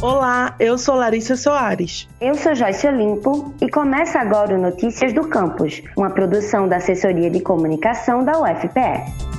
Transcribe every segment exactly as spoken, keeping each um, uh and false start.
Olá, eu sou Larissa Soares. Eu sou Joyce Olimpo e começa agora o Notícias do Campus, uma produção da Assessoria de Comunicação da U F P E.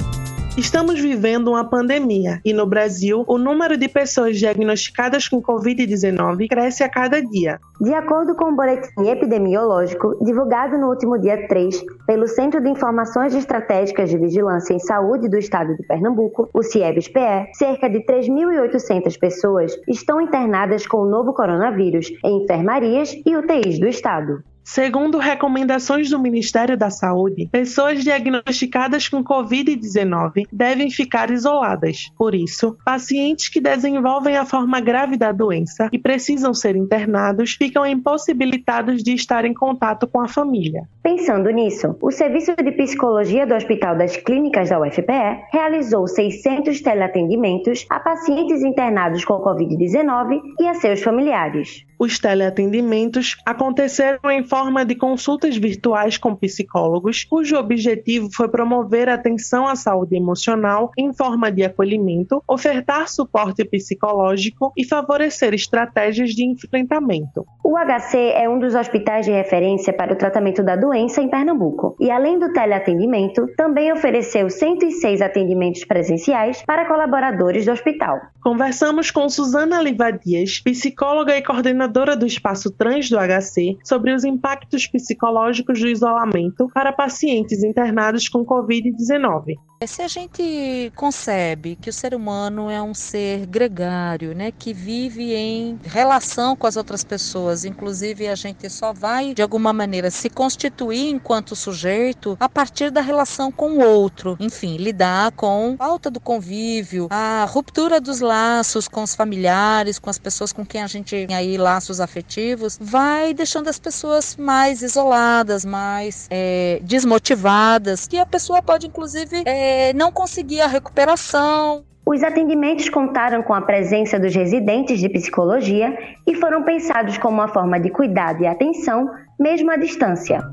Estamos vivendo uma pandemia e no Brasil o número de pessoas diagnosticadas com covid dezenove cresce a cada dia. De acordo com o boletim epidemiológico divulgado no último dia três pelo Centro de Informações Estratégicas de Vigilância em Saúde do Estado de Pernambuco, o CIEVES-P E, cerca de três mil e oitocentas pessoas estão internadas com o novo coronavírus em enfermarias e U T Is do Estado. Segundo recomendações do Ministério da Saúde, pessoas diagnosticadas com covid dezenove devem ficar isoladas. Por isso, pacientes que desenvolvem a forma grave da doença e precisam ser internados ficam impossibilitados de estar em contato com a família. Pensando nisso, o Serviço de Psicologia do Hospital das Clínicas da U F P E realizou seiscentos teleatendimentos a pacientes internados com covid dezenove e a seus familiares. Os teleatendimentos aconteceram em forma de consultas virtuais com psicólogos, cujo objetivo foi promover a atenção à saúde emocional em forma de acolhimento, ofertar suporte psicológico e favorecer estratégias de enfrentamento. O H C é um dos hospitais de referência para o tratamento da doença em Pernambuco e, além do teleatendimento, também ofereceu cento e seis atendimentos presenciais para colaboradores do hospital. Conversamos com Suzana Livadias, psicóloga e coordenadora do Espaço Trans do H C, sobre os impactos psicológicos do isolamento para pacientes internados com covid dezenove. Se a gente concebe que o ser humano é um ser gregário, né, que vive em relação com as outras pessoas, inclusive a gente só vai, de alguma maneira, se constituir enquanto sujeito a partir da relação com o outro. Enfim, lidar com a falta do convívio, a ruptura dos laços com os familiares, com as pessoas com quem a gente tem aí laços afetivos, vai deixando as pessoas mais isoladas, mais é, desmotivadas, e a pessoa pode, inclusive, é, não conseguir a recuperação. Os atendimentos contaram com a presença dos residentes de psicologia e foram pensados como uma forma de cuidado e atenção, mesmo à distância.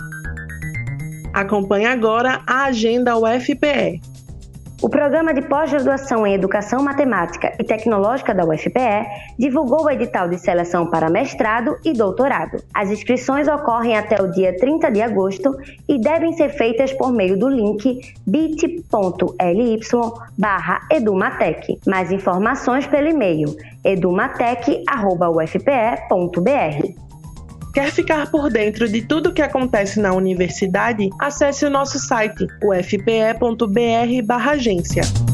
Acompanhe agora a agenda U F P E. O Programa de Pós-Graduação em Educação Matemática e Tecnológica da U F P E divulgou o edital de seleção para mestrado e doutorado. As inscrições ocorrem até o dia trinta de agosto e devem ser feitas por meio do link bit.ly barra edumatec. Mais informações pelo e-mail edumatec arroba u f p e ponto b r. Quer ficar por dentro de tudo o que acontece na universidade? Acesse o nosso site u f p e ponto b r barra agência.